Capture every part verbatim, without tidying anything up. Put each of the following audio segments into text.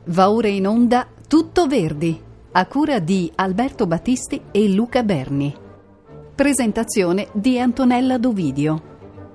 Va ora in onda Tutto Verdi, a cura di Alberto Battisti e Luca Berni. Presentazione di Antonella Dovidio.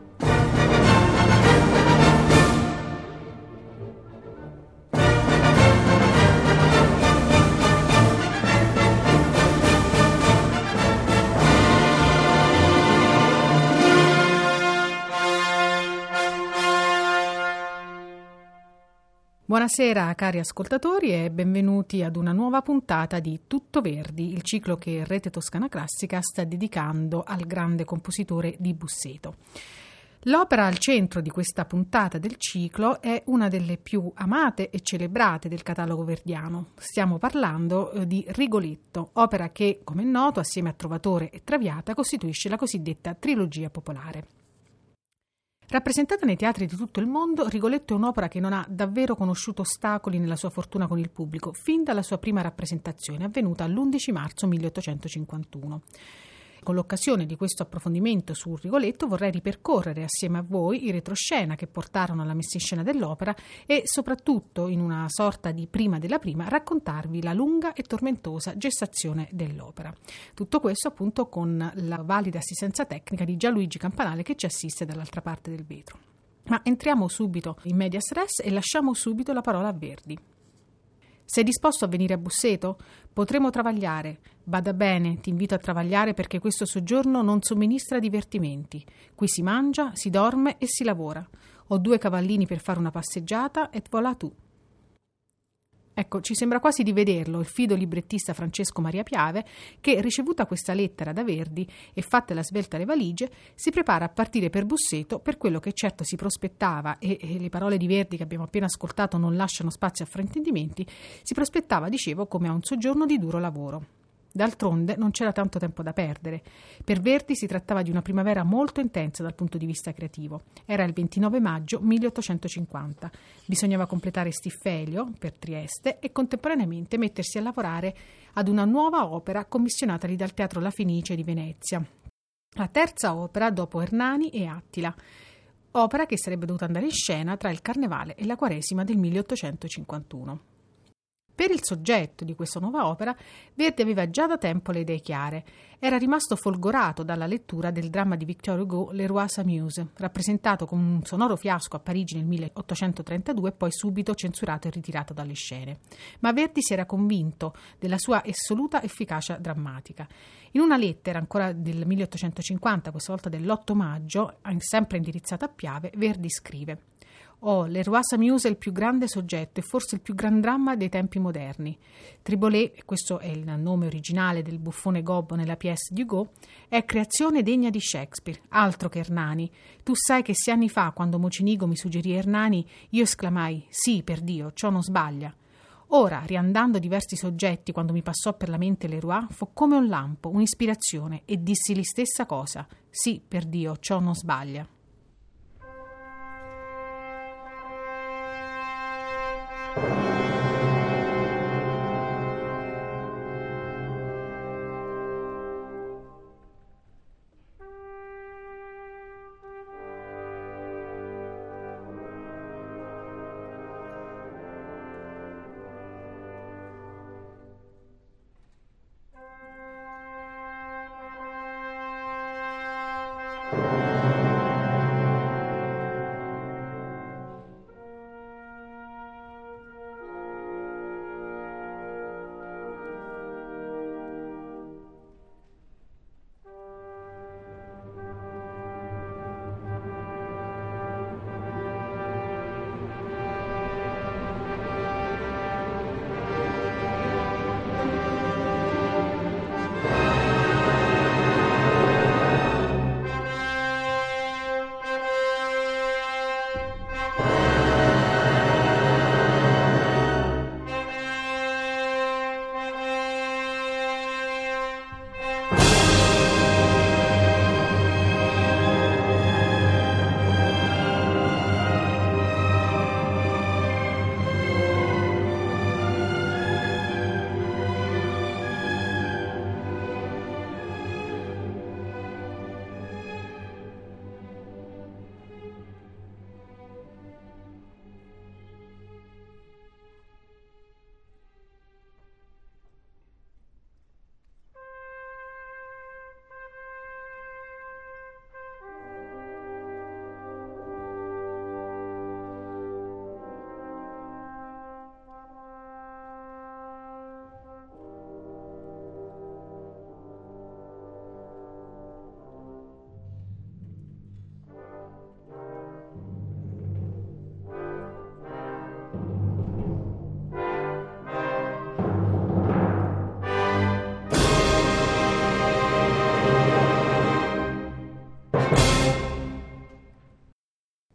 Buonasera cari ascoltatori e benvenuti ad una nuova puntata di Tutto Verdi, il ciclo che Rete Toscana Classica sta dedicando al grande compositore di Busseto. L'opera al centro di questa puntata del ciclo è una delle più amate e celebrate del catalogo verdiano. Stiamo parlando di Rigoletto, opera che, come è noto, assieme a Trovatore e Traviata costituisce la cosiddetta trilogia popolare. Rappresentata nei teatri di tutto il mondo, Rigoletto è un'opera che non ha davvero conosciuto ostacoli nella sua fortuna con il pubblico, fin dalla sua prima rappresentazione, avvenuta l'undici marzo milleottocentocinquantuno. Con l'occasione di questo approfondimento su Rigoletto vorrei ripercorrere assieme a voi i retroscena che portarono alla messa in scena dell'opera e soprattutto, in una sorta di prima della prima, raccontarvi la lunga e tormentosa gestazione dell'opera. Tutto questo appunto con la valida assistenza tecnica di Gianluigi Campanale che ci assiste dall'altra parte del vetro. Ma entriamo subito in medias res e lasciamo subito la parola a Verdi. Sei disposto a venire a Busseto? Potremo travagliare. Bada bene, ti invito a travagliare perché questo soggiorno non somministra divertimenti. Qui si mangia, si dorme e si lavora. Ho due cavallini per fare una passeggiata et voilà tu. Ecco, ci sembra quasi di vederlo, il fido librettista Francesco Maria Piave, che, ricevuta questa lettera da Verdi e fatte la svelta le valigie, si prepara a partire per Busseto per quello che certo si prospettava, e, e le parole di Verdi che abbiamo appena ascoltato non lasciano spazio a fraintendimenti, si prospettava, dicevo, come a un soggiorno di duro lavoro. D'altronde non c'era tanto tempo da perdere. Per Verdi si trattava di una primavera molto intensa dal punto di vista creativo. Era il ventinove maggio milleottocentocinquanta. Bisognava completare Stiffelio per Trieste e contemporaneamente mettersi a lavorare ad una nuova opera commissionatagli dal Teatro La Fenice di Venezia. La terza opera dopo Ernani e Attila. Opera che sarebbe dovuta andare in scena tra il Carnevale e la Quaresima del milleottocentocinquantuno. Per il soggetto di questa nuova opera, Verdi aveva già da tempo le idee chiare. Era rimasto folgorato dalla lettura del dramma di Victor Hugo Le Roi s'amuse, rappresentato con un sonoro fiasco a Parigi nel milleottocentotrentadue e poi subito censurato e ritirato dalle scene. Ma Verdi si era convinto della sua assoluta efficacia drammatica. In una lettera ancora del milleottocentocinquanta, questa volta dell'otto maggio, sempre indirizzata a Piave, Verdi scrive: Oh, Le Roi s'amuse è il più grande soggetto e forse il più gran dramma dei tempi moderni. Triboulet, questo è il nome originale del buffone gobbo nella pièce di Hugo, è creazione degna di Shakespeare, altro che Ernani. Tu sai che sei anni fa, quando Mocenigo mi suggerì Ernani, io esclamai: sì, per Dio, ciò non sbaglia. Ora, riandando diversi soggetti, quando mi passò per la mente Le Roi, fu come un lampo, un'ispirazione, e dissi la stessa cosa: sì, per Dio, ciò non sbaglia.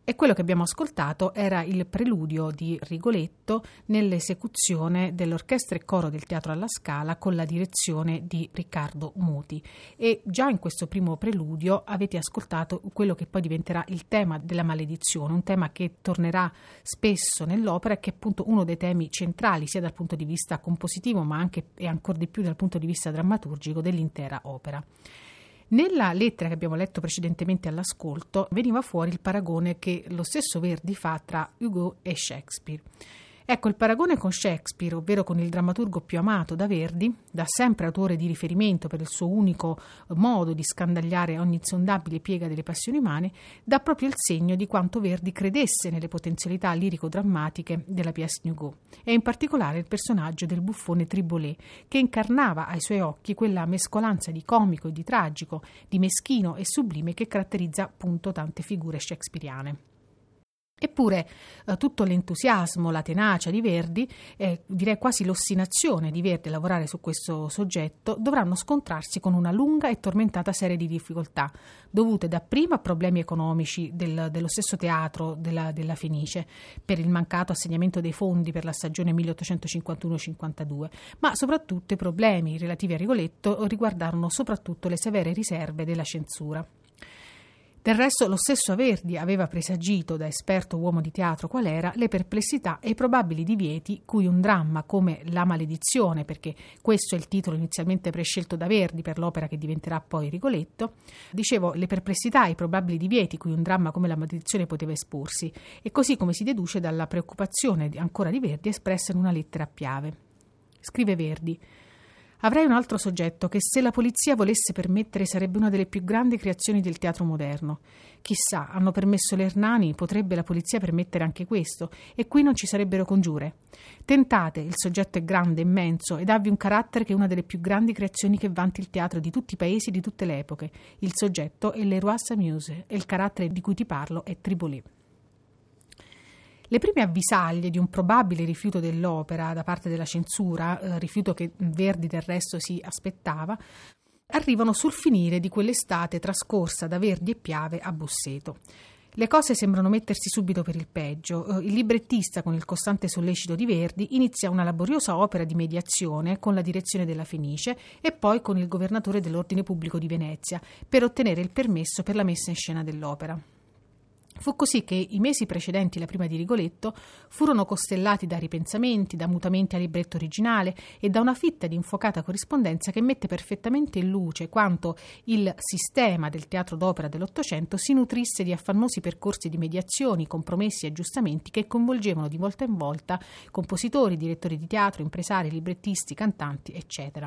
E quello che abbiamo ascoltato era il preludio di Rigoletto nell'esecuzione dell'Orchestra e Coro del Teatro alla Scala con la direzione di Riccardo Muti. E già in questo primo preludio avete ascoltato quello che poi diventerà il tema della maledizione, un tema che tornerà spesso nell'opera e che è appunto uno dei temi centrali sia dal punto di vista compositivo ma anche e ancora di più dal punto di vista drammaturgico dell'intera opera. Nella lettera che abbiamo letto precedentemente all'ascolto veniva fuori il paragone che lo stesso Verdi fa tra Hugo e Shakespeare. Ecco, il paragone con Shakespeare, ovvero con il drammaturgo più amato da Verdi, da sempre autore di riferimento per il suo unico modo di scandagliare ogni insondabile piega delle passioni umane, dà proprio il segno di quanto Verdi credesse nelle potenzialità lirico-drammatiche della pièce Hugo, e in particolare il personaggio del buffone Triboulet, che incarnava ai suoi occhi quella mescolanza di comico e di tragico, di meschino e sublime che caratterizza appunto tante figure shakespeariane. Eppure eh, tutto l'entusiasmo, la tenacia di Verdi, eh, direi quasi l'ostinazione di Verdi a lavorare su questo soggetto, dovranno scontrarsi con una lunga e tormentata serie di difficoltà, dovute dapprima a problemi economici del, dello stesso teatro della, della Fenice, per il mancato assegnamento dei fondi per la stagione milleottocentocinquantuno cinquantadue, ma soprattutto i problemi relativi a Rigoletto riguardarono soprattutto le severe riserve della censura. Del resto lo stesso Verdi aveva presagito, da esperto uomo di teatro qual era, le perplessità e i probabili divieti cui un dramma come La Maledizione, perché questo è il titolo inizialmente prescelto da Verdi per l'opera che diventerà poi Rigoletto, dicevo le perplessità e i probabili divieti cui un dramma come La Maledizione poteva esporsi, e così come si deduce dalla preoccupazione ancora di Verdi espressa in una lettera a Piave. Scrive Verdi: «Avrei un altro soggetto che, se la polizia volesse permettere, sarebbe una delle più grandi creazioni del teatro moderno. Chissà, hanno permesso l'Ernani, potrebbe la polizia permettere anche questo, e qui non ci sarebbero congiure. Tentate, il soggetto è grande, immenso, ed havvi un carattere che è una delle più grandi creazioni che vanti il teatro di tutti i paesi e di tutte le epoche. Il soggetto è Leroy Samuse, e il carattere di cui ti parlo è Triboulet». Le prime avvisaglie di un probabile rifiuto dell'opera da parte della censura, eh, rifiuto che Verdi del resto si aspettava, arrivano sul finire di quell'estate trascorsa da Verdi e Piave a Busseto. Le cose sembrano mettersi subito per il peggio. Il librettista, con il costante sollecito di Verdi, inizia una laboriosa opera di mediazione con la direzione della Fenice e poi con il governatore dell'ordine pubblico di Venezia per ottenere il permesso per la messa in scena dell'opera. Fu così che i mesi precedenti la prima di Rigoletto furono costellati da ripensamenti, da mutamenti al libretto originale e da una fitta di infuocata corrispondenza che mette perfettamente in luce quanto il sistema del teatro d'opera dell'Ottocento si nutrisse di affannosi percorsi di mediazioni, compromessi e aggiustamenti che coinvolgevano di volta in volta compositori, direttori di teatro, impresari, librettisti, cantanti, eccetera.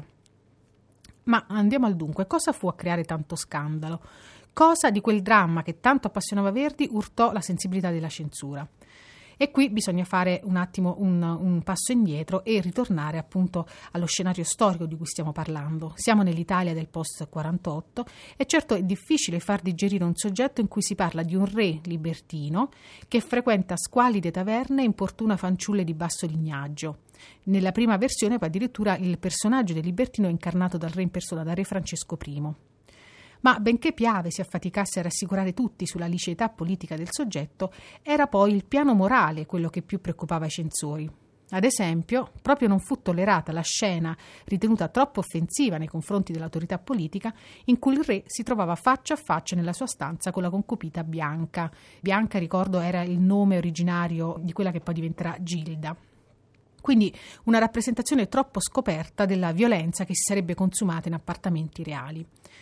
Ma andiamo al dunque, cosa fu a creare tanto scandalo? Cosa di quel dramma che tanto appassionava Verdi urtò la sensibilità della censura? E qui bisogna fare un attimo un, un passo indietro e ritornare appunto allo scenario storico di cui stiamo parlando. Siamo nell'Italia del post quarantotto e certo è difficile far digerire un soggetto in cui si parla di un re libertino che frequenta squallide taverne e importuna fanciulle di basso lignaggio. Nella prima versione poi addirittura il personaggio del libertino è incarnato dal re in persona, da re Francesco I. Ma benché Piave si affaticasse a rassicurare tutti sulla liceità politica del soggetto, era poi il piano morale quello che più preoccupava i censori. Ad esempio, proprio non fu tollerata la scena ritenuta troppo offensiva nei confronti dell'autorità politica in cui il re si trovava faccia a faccia nella sua stanza con la concupita Bianca. Bianca, ricordo, era il nome originario di quella che poi diventerà Gilda. Quindi una rappresentazione troppo scoperta della violenza che si sarebbe consumata in appartamenti reali.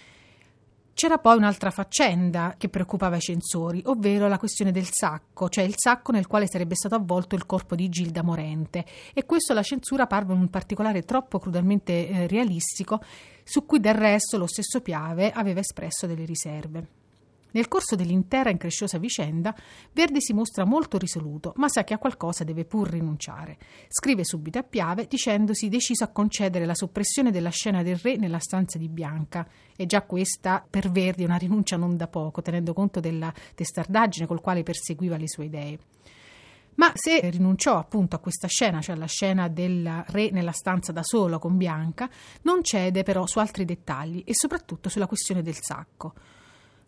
C'era poi un'altra faccenda che preoccupava i censori, ovvero la questione del sacco, cioè il sacco nel quale sarebbe stato avvolto il corpo di Gilda morente, e questo alla censura parve un particolare troppo crudelmente eh, realistico, su cui del resto lo stesso Piave aveva espresso delle riserve. Nel corso dell'intera incresciosa vicenda, Verdi si mostra molto risoluto, ma sa che a qualcosa deve pur rinunciare. Scrive subito a Piave dicendosi deciso a concedere la soppressione della scena del re nella stanza di Bianca. E già questa per Verdi è una rinuncia non da poco, tenendo conto della testardaggine col quale perseguiva le sue idee. Ma se rinunciò appunto a questa scena, cioè alla scena del re nella stanza da solo con Bianca, non cede però su altri dettagli e soprattutto sulla questione del sacco.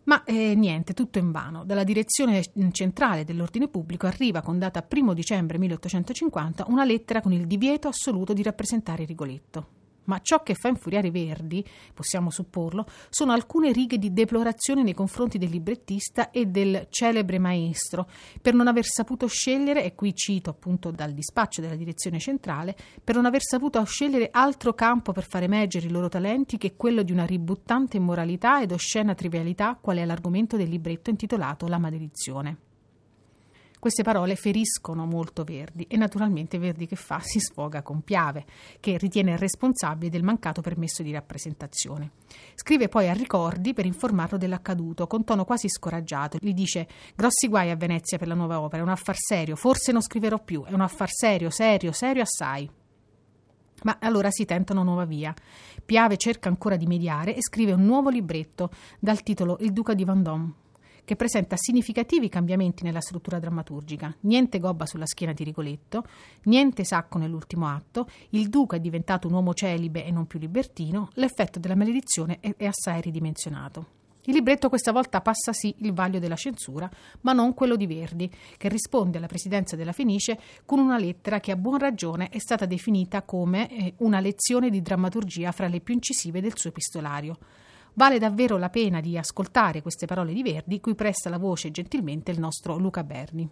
Ma eh, niente, tutto invano. Dalla direzione centrale dell'ordine pubblico arriva con data primo dicembre milleottocentocinquanta una lettera con il divieto assoluto di rappresentare Rigoletto. Ma ciò che fa infuriare i Verdi, possiamo supporlo, sono alcune righe di deplorazione nei confronti del librettista e del celebre maestro per non aver saputo scegliere, e qui cito appunto dal dispaccio della direzione centrale, per non aver saputo scegliere altro campo per far emergere i loro talenti che quello di una ributtante immoralità ed oscena trivialità qual è l'argomento del libretto intitolato La maledizione. Queste parole feriscono molto Verdi e naturalmente Verdi che fa? Si sfoga con Piave, che ritiene responsabile del mancato permesso di rappresentazione. Scrive poi a Ricordi per informarlo dell'accaduto, con tono quasi scoraggiato. Gli dice: grossi guai a Venezia per la nuova opera, è un affar serio, forse non scriverò più, è un affar serio, serio, serio assai. Ma allora si tenta una nuova via. Piave cerca ancora di mediare e scrive un nuovo libretto dal titolo Il Duca di Vendôme, che presenta significativi cambiamenti nella struttura drammaturgica. Niente gobba sulla schiena di Rigoletto, niente sacco nell'ultimo atto, il duca è diventato un uomo celibe e non più libertino, l'effetto della maledizione è, è assai ridimensionato. Il libretto questa volta passa sì il vaglio della censura, ma non quello di Verdi, che risponde alla presidenza della Fenice con una lettera che a buon ragione è stata definita come eh, una lezione di drammaturgia fra le più incisive del suo epistolario. Vale davvero la pena di ascoltare queste parole di Verdi, cui presta la voce gentilmente il nostro Luca Berni.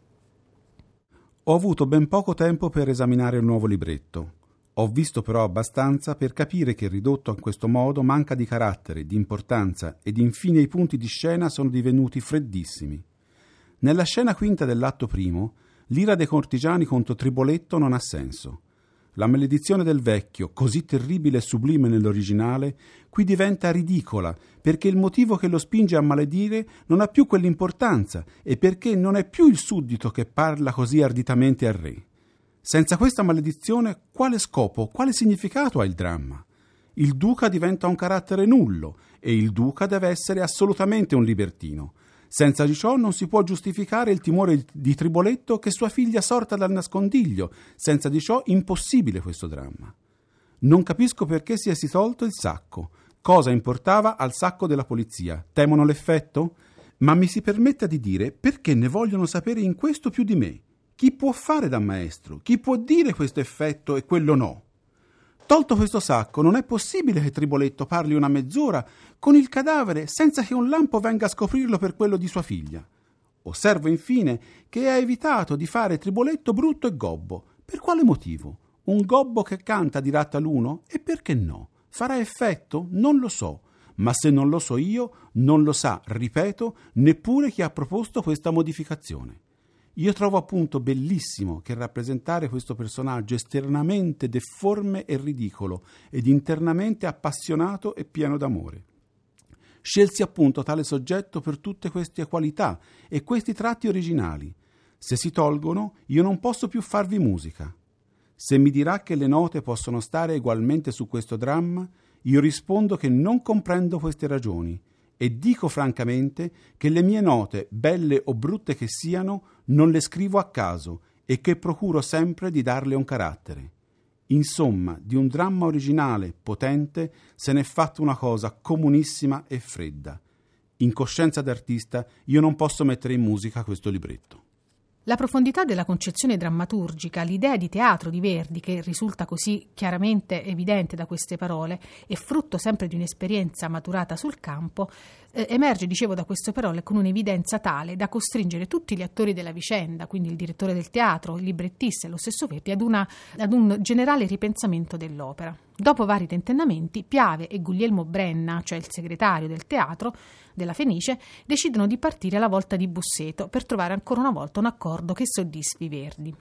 Ho avuto ben poco tempo per esaminare il nuovo libretto. Ho visto però abbastanza per capire che ridotto in questo modo manca di carattere, di importanza ed infine i punti di scena sono divenuti freddissimi. Nella scena quinta dell'atto primo, l'ira dei cortigiani contro Triboletto non ha senso. La maledizione del vecchio, così terribile e sublime nell'originale, qui diventa ridicola, perché il motivo che lo spinge a maledire non ha più quell'importanza e perché non è più il suddito che parla così arditamente al re. Senza questa maledizione, quale scopo, quale significato ha il dramma? Il duca diventa un carattere nullo e il duca deve essere assolutamente un libertino. Senza di ciò non si può giustificare il timore di Triboletto che sua figlia sorta dal nascondiglio. Senza di ciò impossibile questo dramma. Non capisco perché sia si tolto il sacco. Cosa importava al sacco della polizia? Temono l'effetto? Ma mi si permetta di dire perché ne vogliono sapere in questo più di me. Chi può fare da maestro? Chi può dire questo effetto e quello no? Tolto questo sacco, non è possibile che Triboletto parli una mezz'ora con il cadavere senza che un lampo venga a scoprirlo per quello di sua figlia. Osservo infine che ha evitato di fare Triboletto brutto e gobbo. Per quale motivo? Un gobbo che canta dirà taluno? E perché no? Farà effetto? Non lo so. Ma se non lo so io, non lo sa, ripeto, neppure chi ha proposto questa modificazione. Io trovo appunto bellissimo che rappresentare questo personaggio esternamente deforme e ridicolo ed internamente appassionato e pieno d'amore. Scelsi appunto tale soggetto per tutte queste qualità e questi tratti originali. Se si tolgono, io non posso più farvi musica. Se mi dirà che le note possono stare ugualmente su questo dramma, io rispondo che non comprendo queste ragioni e dico francamente che le mie note, belle o brutte che siano, non le scrivo a caso e che procuro sempre di darle un carattere. Insomma, di un dramma originale, potente, se n'è fatta una cosa comunissima e fredda. In coscienza d'artista io non posso mettere in musica questo libretto. La profondità della concezione drammaturgica, l'idea di teatro di Verdi, che risulta così chiaramente evidente da queste parole, è frutto sempre di un'esperienza maturata sul campo, eh, emerge, dicevo, da queste parole con un'evidenza tale da costringere tutti gli attori della vicenda, quindi il direttore del teatro, il librettista e lo stesso Verdi, ad, una, ad un generale ripensamento dell'opera. Dopo vari tentennamenti, Piave e Guglielmo Brenna, cioè il segretario del teatro della Fenice, decidono di partire alla volta di Busseto per trovare ancora una volta un accordo che soddisfi Verdi.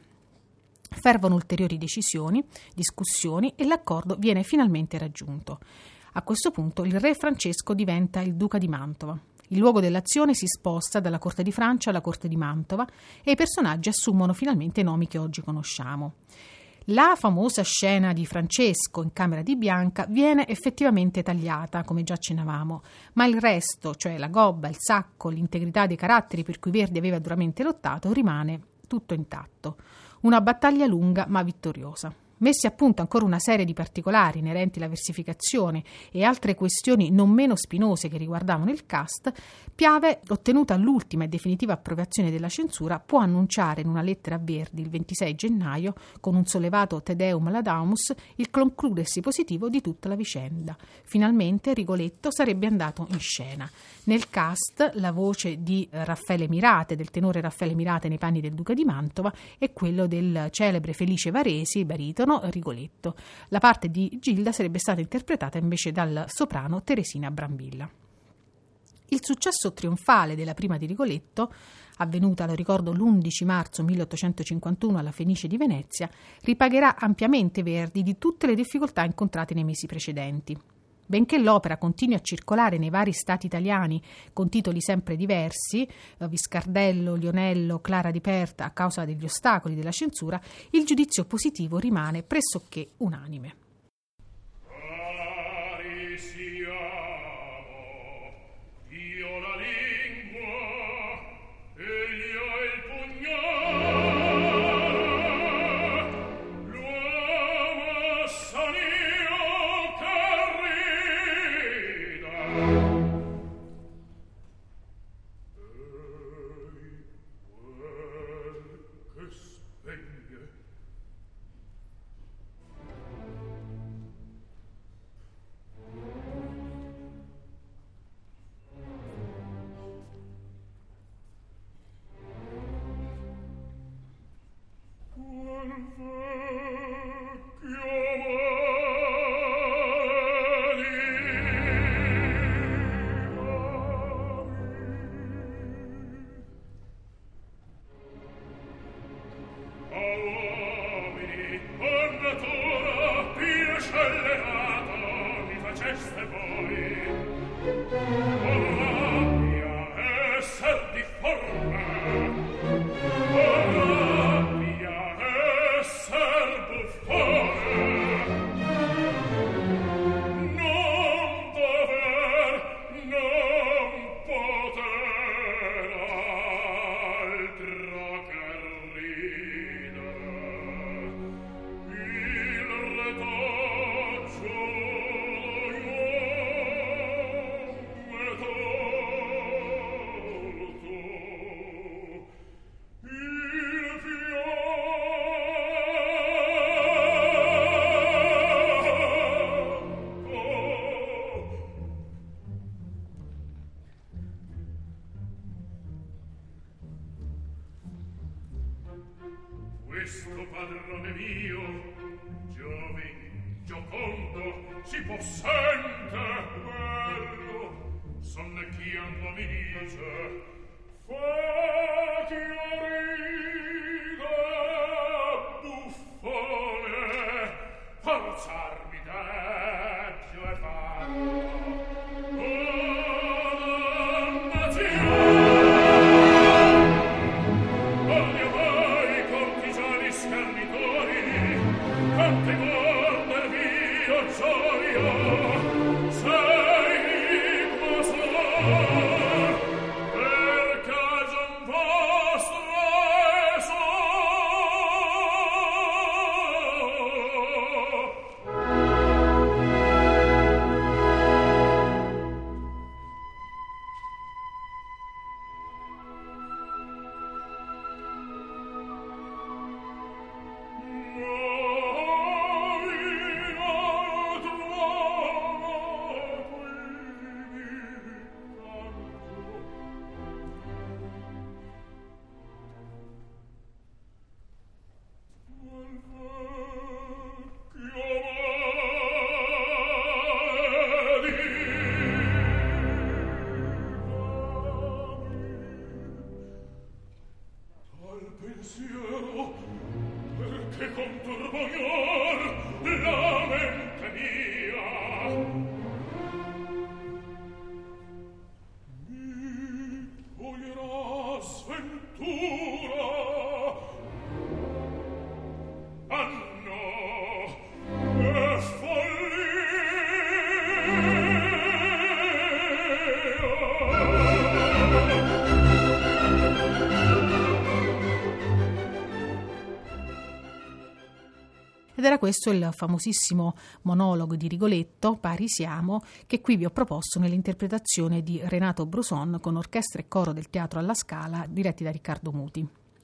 Fervono ulteriori decisioni, discussioni e l'accordo viene finalmente raggiunto. A questo punto il re Francesco diventa il duca di Mantova. Il luogo dell'azione si sposta dalla corte di Francia alla corte di Mantova e i personaggi assumono finalmente i nomi che oggi conosciamo. La famosa scena di Francesco in camera di Bianca viene effettivamente tagliata, come già accennavamo, ma il resto, cioè la gobba, il sacco, l'integrità dei caratteri per cui Verdi aveva duramente lottato, rimane tutto intatto. Una battaglia lunga ma vittoriosa. Messi a punto ancora una serie di particolari inerenti alla versificazione e altre questioni non meno spinose che riguardavano il cast, Piave, ottenuta l'ultima e definitiva approvazione della censura, può annunciare in una lettera a Verdi il ventisei gennaio, con un sollevato Te Deum Laudamus, il concludersi positivo di tutta la vicenda. Finalmente Rigoletto sarebbe andato in scena. Nel cast la voce di Raffaele Mirate, del tenore Raffaele Mirate nei panni del Duca di Mantova, e quello del celebre Felice Varesi, baritono Rigoletto. La parte di Gilda sarebbe stata interpretata invece dal soprano Teresina Brambilla. Il successo trionfale della prima di Rigoletto, avvenuta, lo ricordo, l'undici marzo milleottocentocinquantuno alla Fenice di Venezia, ripagherà ampiamente Verdi di tutte le difficoltà incontrate nei mesi precedenti. Benché l'opera continui a circolare nei vari stati italiani con titoli sempre diversi, Viscardello, Lionello, Clara di Perta, a causa degli ostacoli della censura, il giudizio positivo rimane pressoché unanime. Questo padrone mio, giovin, giocondo, si possente, bello, sonnecchiando mi dice, fa che ride, buffone, forzarmi deggio e fatto. ed era questo il famosissimo monologo di Rigoletto, Pari siamo, che qui vi ho proposto nell'interpretazione di Renato Brusson con orchestra e coro del Teatro alla Scala diretti da Riccardo Muti.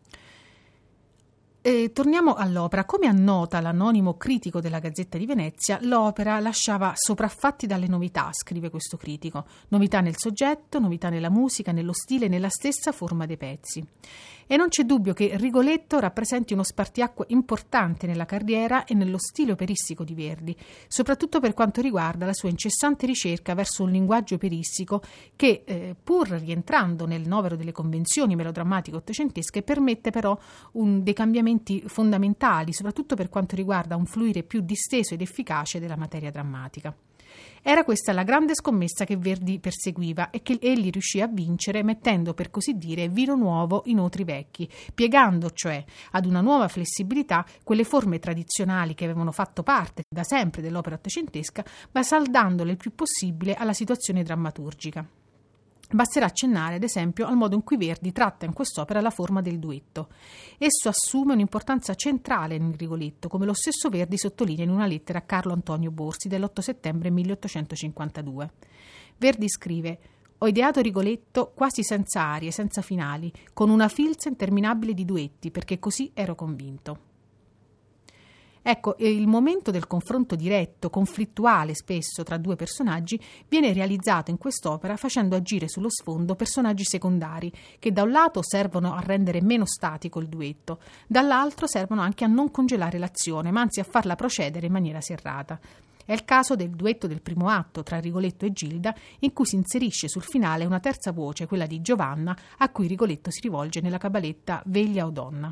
E torniamo all'opera. Come annota l'anonimo critico della Gazzetta di Venezia, l'opera lasciava sopraffatti dalle novità, scrive questo critico. Novità nel soggetto, novità nella musica, nello stile, nella stessa forma dei pezzi. E non c'è dubbio che Rigoletto rappresenti uno spartiacque importante nella carriera e nello stile operistico di Verdi, soprattutto per quanto riguarda la sua incessante ricerca verso un linguaggio operistico che, eh, pur rientrando nel novero delle convenzioni melodrammatiche ottocentesche, permette però un, dei cambiamenti fondamentali, soprattutto per quanto riguarda un fluire più disteso ed efficace della materia drammatica. Era questa la grande scommessa che Verdi perseguiva e che egli riuscì a vincere mettendo, per così dire, vino nuovo in otri vecchi, piegando cioè ad una nuova flessibilità quelle forme tradizionali che avevano fatto parte da sempre dell'opera ottocentesca, ma saldandole il più possibile alla situazione drammaturgica. Basterà accennare, ad esempio, al modo in cui Verdi tratta in quest'opera la forma del duetto. Esso assume un'importanza centrale in Rigoletto, come lo stesso Verdi sottolinea in una lettera a Carlo Antonio Borsi dell'otto settembre milleottocentocinquantadue. Verdi scrive: «Ho ideato Rigoletto quasi senza arie, senza finali, con una filza interminabile di duetti, perché così ero convinto». Ecco, il momento del confronto diretto, conflittuale spesso tra due personaggi, viene realizzato in quest'opera facendo agire sullo sfondo personaggi secondari che da un lato servono a rendere meno statico il duetto, dall'altro servono anche a non congelare l'azione, ma anzi a farla procedere in maniera serrata. È il caso del duetto del primo atto tra Rigoletto e Gilda, in cui si inserisce sul finale una terza voce, quella di Giovanna, a cui Rigoletto si rivolge nella cabaletta Veglia o donna.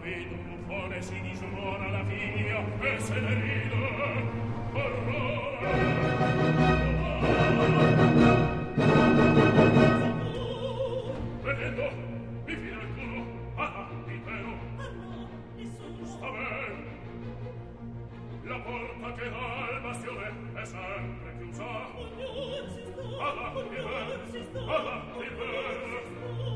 vedo un buffone si disruona la figlia e se ne ride. Vedendo, mi fila il culo. Ah, il vero. Sta bene. La porta che dà al bastione è sempre chiusa. Ah, il vero. Ah, il vero.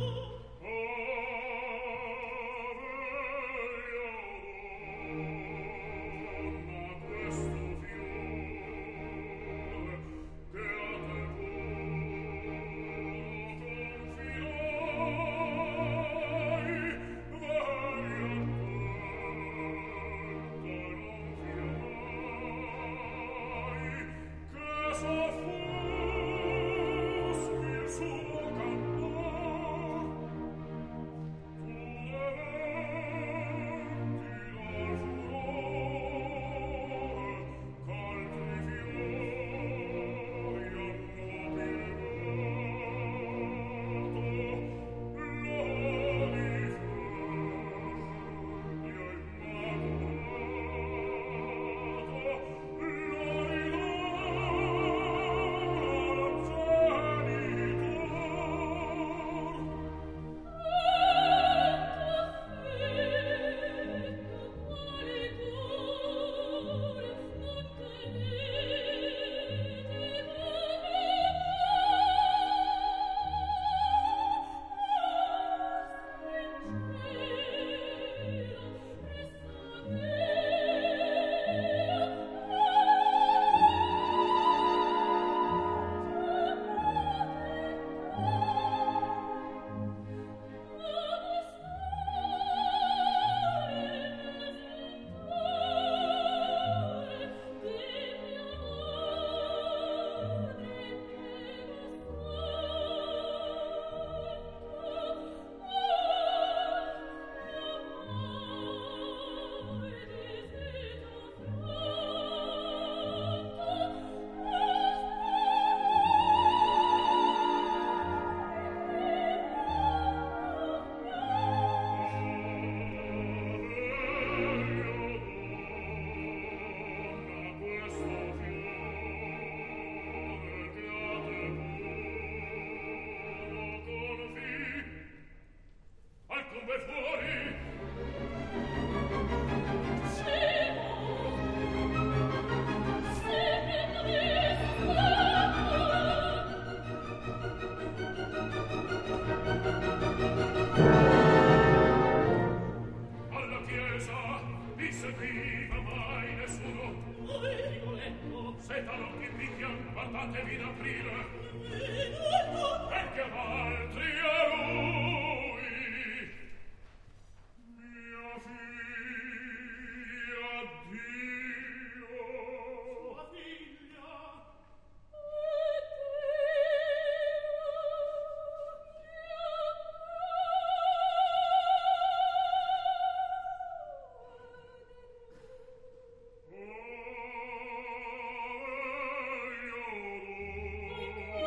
Oh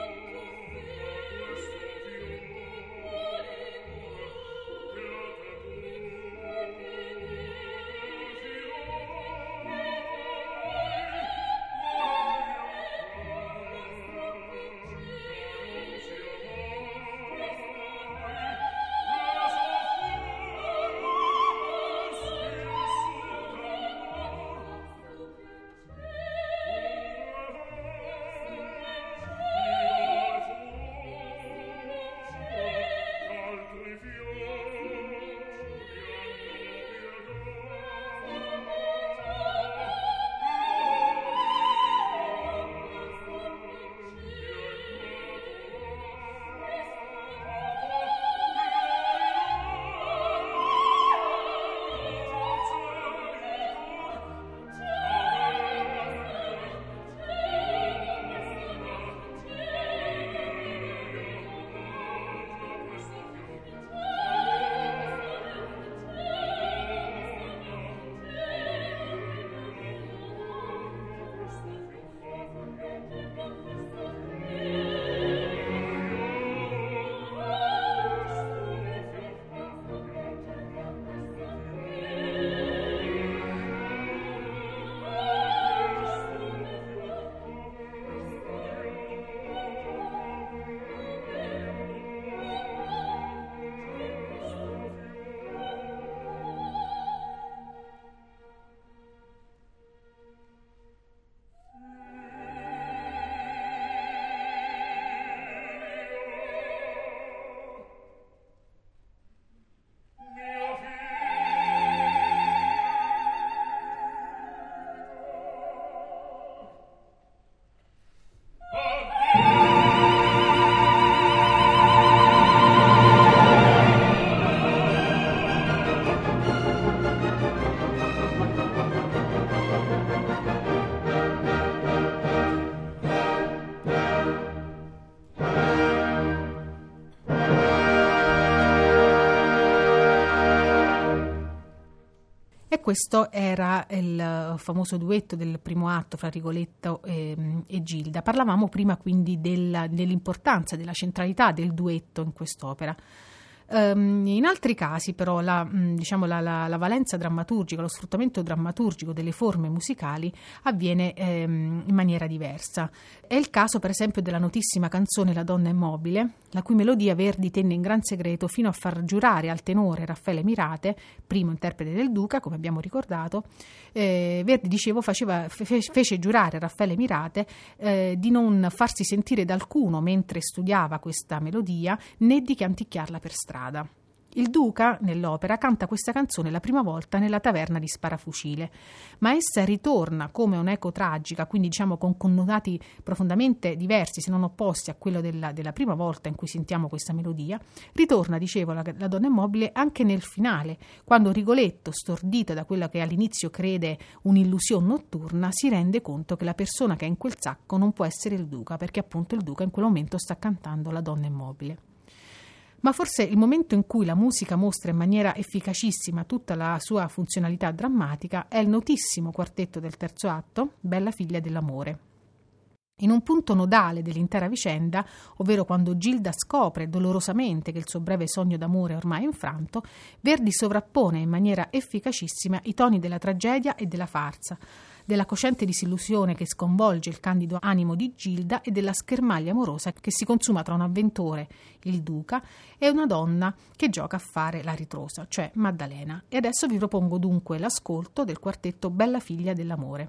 questo era il famoso duetto del primo atto fra Rigoletto e, e Gilda. Parlavamo prima quindi della, dell'importanza, della centralità del duetto in quest'opera. Um, in altri casi però la, mh, diciamo, la, la, la valenza drammaturgica, lo sfruttamento drammaturgico delle forme musicali avviene ehm, in maniera diversa. È il caso per esempio della notissima canzone La donna è mobile, la cui melodia Verdi tenne in gran segreto fino a far giurare al tenore Raffaele Mirate, primo interprete del Duca, come abbiamo ricordato. eh, Verdi, dicevo, faceva, fe, fece giurare a Raffaele Mirate eh, di non farsi sentire da alcuno mentre studiava questa melodia, né di canticchiarla per strada. Il Duca, nell'opera, canta questa canzone la prima volta nella taverna di Sparafucile, ma essa ritorna come un'eco tragica, quindi diciamo con connotati profondamente diversi, se non opposti a quello della, della prima volta in cui sentiamo questa melodia. Ritorna, dicevo, la, la donna immobile anche nel finale, quando Rigoletto, stordito da quella che all'inizio crede un'illusione notturna, si rende conto che la persona che è in quel sacco non può essere il Duca, perché appunto il Duca in quel momento sta cantando La donna immobile. Ma forse il momento in cui la musica mostra in maniera efficacissima tutta la sua funzionalità drammatica è il notissimo quartetto del terzo atto, Bella figlia dell'amore. In un punto nodale dell'intera vicenda, ovvero quando Gilda scopre dolorosamente che il suo breve sogno d'amore è ormai infranto, Verdi sovrappone in maniera efficacissima i toni della tragedia e della farsa, della cosciente disillusione che sconvolge il candido animo di Gilda e della schermaglia amorosa che si consuma tra un avventore, il Duca, e una donna che gioca a fare la ritrosa, cioè Maddalena. E adesso vi propongo dunque l'ascolto del quartetto Bella figlia dell'amore.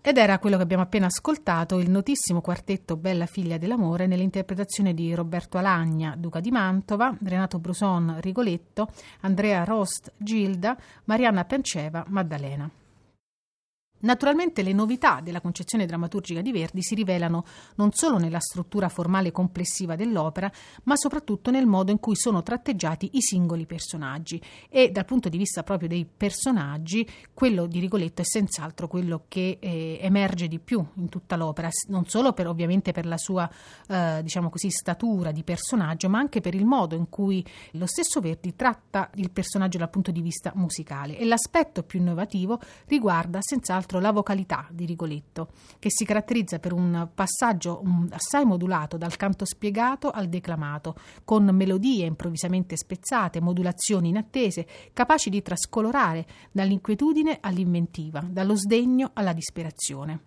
Ed era quello che abbiamo appena ascoltato, il notissimo quartetto Bella figlia dell'amore, nell'interpretazione di Roberto Alagna, duca di Mantova, Renato Bruson, Rigoletto, Andrea Rost, Gilda, Marianna Penceva, Maddalena. Naturalmente le novità della concezione drammaturgica di Verdi si rivelano non solo nella struttura formale complessiva dell'opera, ma soprattutto nel modo in cui sono tratteggiati i singoli personaggi. E dal punto di vista proprio dei personaggi, quello di Rigoletto è senz'altro quello che eh, emerge di più in tutta l'opera, non solo per, ovviamente per la sua eh, diciamo così, statura di personaggio, ma anche per il modo in cui lo stesso Verdi tratta il personaggio dal punto di vista musicale. E l'aspetto più innovativo riguarda senz'altro la vocalità di Rigoletto, che si caratterizza per un passaggio assai modulato dal canto spiegato al declamato, con melodie improvvisamente spezzate, modulazioni inattese, capaci di trascolorare dall'inquietudine all'inventiva, dallo sdegno alla disperazione.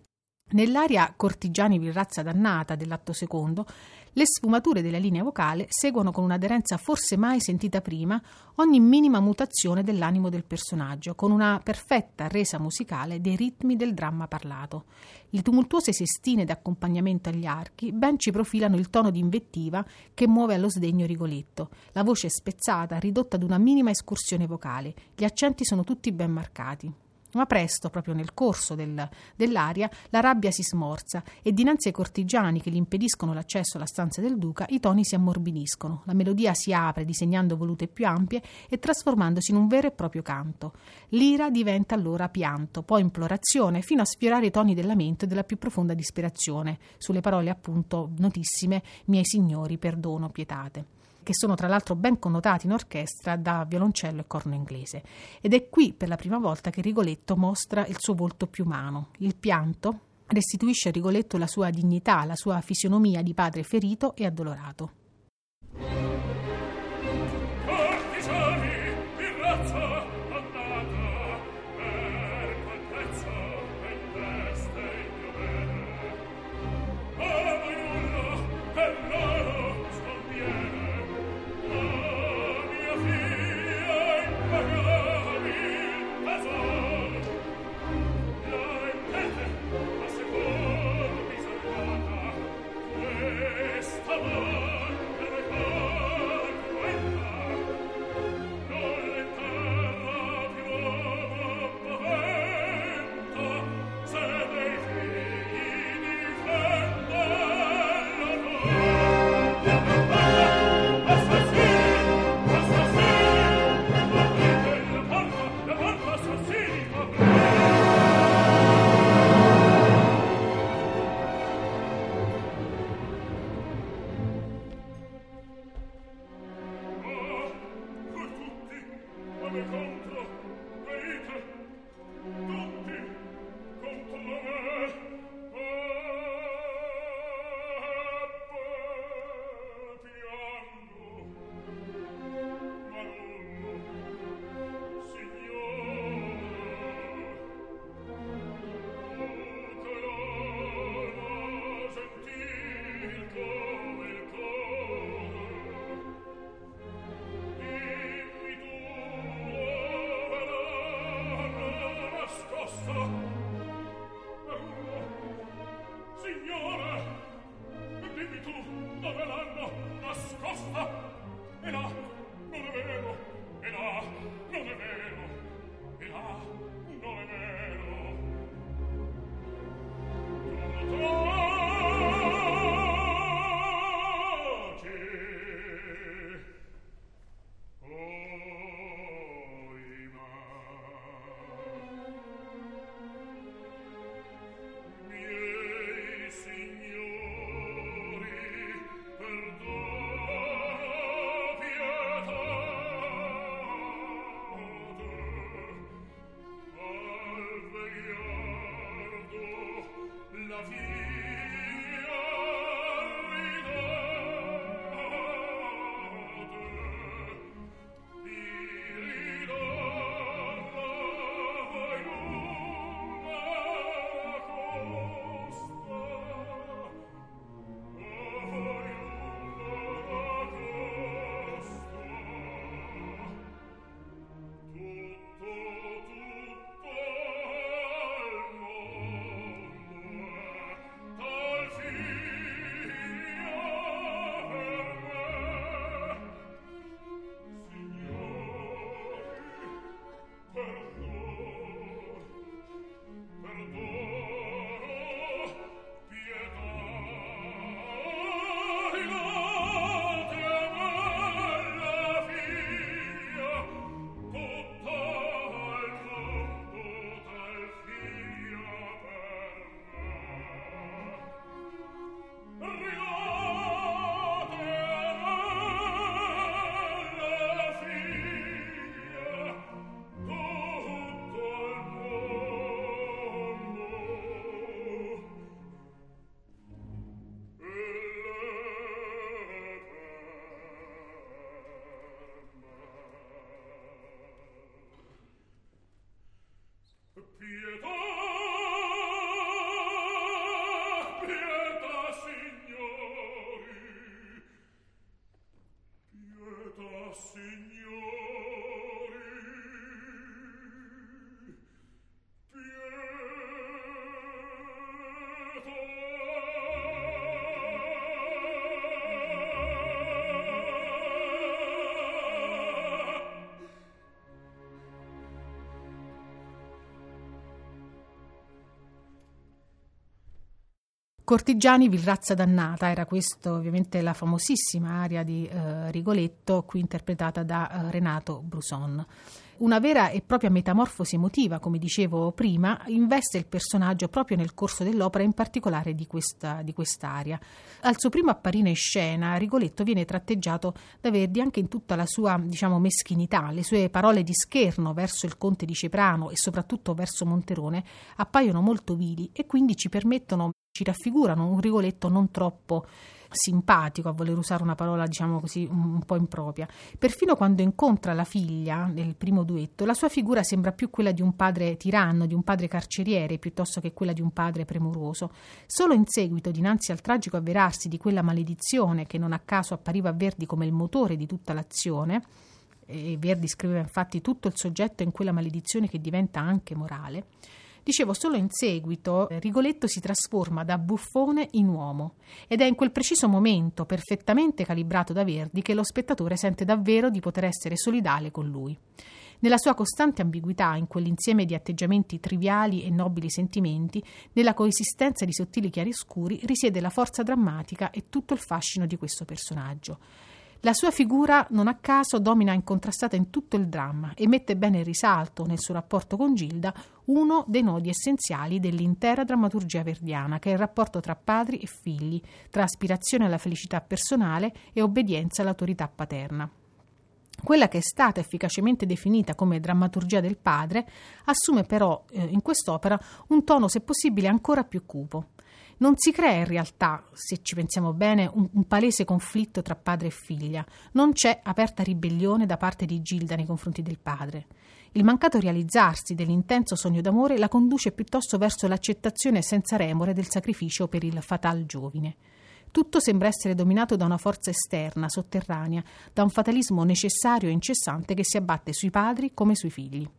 Nell'aria Cortigiani virrazza dannata dell'atto secondo, le sfumature della linea vocale seguono con un'aderenza forse mai sentita prima ogni minima mutazione dell'animo del personaggio, con una perfetta resa musicale dei ritmi del dramma parlato. Le tumultuose sestine d'accompagnamento agli archi ben ci profilano il tono di invettiva che muove allo sdegno Rigoletto. La voce è spezzata, ridotta ad una minima escursione vocale. Gli accenti sono tutti ben marcati. Ma presto, proprio nel corso del, dell'aria, la rabbia si smorza e dinanzi ai cortigiani che gli impediscono l'accesso alla stanza del duca, i toni si ammorbidiscono, la melodia si apre disegnando volute più ampie e trasformandosi in un vero e proprio canto. L'ira diventa allora pianto, poi implorazione, fino a sfiorare i toni del lamento e della più profonda disperazione, sulle parole appunto notissime «Miei signori, perdono, pietate», che sono tra l'altro ben connotati in orchestra da violoncello e corno inglese. Ed è qui per la prima volta che Rigoletto mostra il suo volto più umano. Il pianto restituisce a Rigoletto la sua dignità, la sua fisionomia di padre ferito e addolorato. Questa Cortigiani, vil razza dannata, era questa ovviamente la famosissima aria di eh, Rigoletto, qui interpretata da eh, Renato Brusson. Una vera e propria metamorfosi emotiva, come dicevo prima, investe il personaggio proprio nel corso dell'opera, in particolare di questa di quest'aria. Al suo primo apparire in scena, Rigoletto viene tratteggiato da Verdi anche in tutta la sua, diciamo, meschinità. Le sue parole di scherno verso il conte di Ceprano e soprattutto verso Monterone appaiono molto vili e quindi ci permettono, ci raffigurano un Rigoletto non troppo simpatico, a voler usare una parola, diciamo così, un po' impropria. Perfino quando incontra la figlia nel primo duetto, la sua figura sembra più quella di un padre tiranno, di un padre carceriere, piuttosto che quella di un padre premuroso. Solo in seguito, dinanzi al tragico avverarsi di quella maledizione che non a caso appariva a Verdi come il motore di tutta l'azione, e Verdi scriveva infatti tutto il soggetto in quella maledizione che diventa anche morale, dicevo, solo in seguito Rigoletto si trasforma da buffone in uomo ed è in quel preciso momento, perfettamente calibrato da Verdi, che lo spettatore sente davvero di poter essere solidale con lui. Nella sua costante ambiguità, in quell'insieme di atteggiamenti triviali e nobili sentimenti, nella coesistenza di sottili chiaroscuri, risiede la forza drammatica e tutto il fascino di questo personaggio. La sua figura, non a caso, domina incontrastata in tutto il dramma e mette bene in risalto, nel suo rapporto con Gilda, uno dei nodi essenziali dell'intera drammaturgia verdiana, che è il rapporto tra padri e figli, tra aspirazione alla felicità personale e obbedienza all'autorità paterna. Quella che è stata efficacemente definita come drammaturgia del padre assume però eh, in quest'opera un tono, se possibile, ancora più cupo. Non si crea in realtà, se ci pensiamo bene, un, un palese conflitto tra padre e figlia. Non c'è aperta ribellione da parte di Gilda nei confronti del padre. Il mancato realizzarsi dell'intenso sogno d'amore la conduce piuttosto verso l'accettazione senza remore del sacrificio per il fatal giovine. Tutto sembra essere dominato da una forza esterna, sotterranea, da un fatalismo necessario e incessante che si abbatte sui padri come sui figli.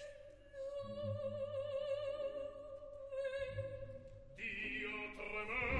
Dio tremendo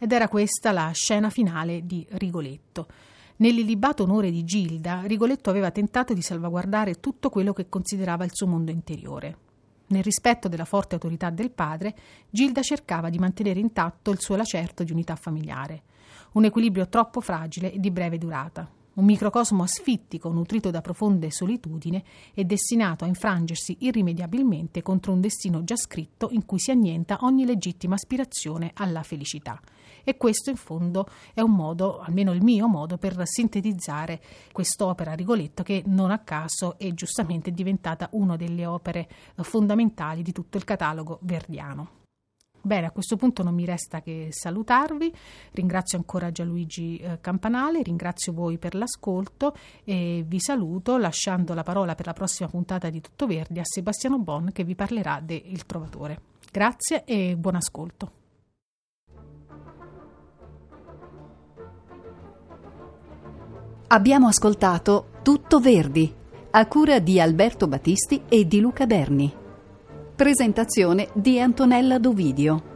ed era questa la scena finale di Rigoletto. Nell'illibato onore di Gilda, Rigoletto aveva tentato di salvaguardare tutto quello che considerava il suo mondo interiore. Nel rispetto della forte autorità del padre, Gilda cercava di mantenere intatto il suo lacerto di unità familiare, un equilibrio troppo fragile e di breve durata, un microcosmo asfittico nutrito da profonde solitudine e destinato a infrangersi irrimediabilmente contro un destino già scritto in cui si annienta ogni legittima aspirazione alla felicità. E questo in fondo è un modo, almeno il mio modo, per sintetizzare quest'opera Rigoletto, che non a caso è giustamente diventata una delle opere fondamentali di tutto il catalogo verdiano. Bene, a questo punto non mi resta che salutarvi, ringrazio ancora Gianluigi eh, Campanale, ringrazio voi per l'ascolto e vi saluto lasciando la parola per la prossima puntata di Tutto Verdi a Sebastiano Bon, che vi parlerà de Il Trovatore. Grazie e buon ascolto. Abbiamo ascoltato Tutto Verdi, a cura di Alberto Battisti e di Luca Berni. Presentazione di Antonella Dovidio.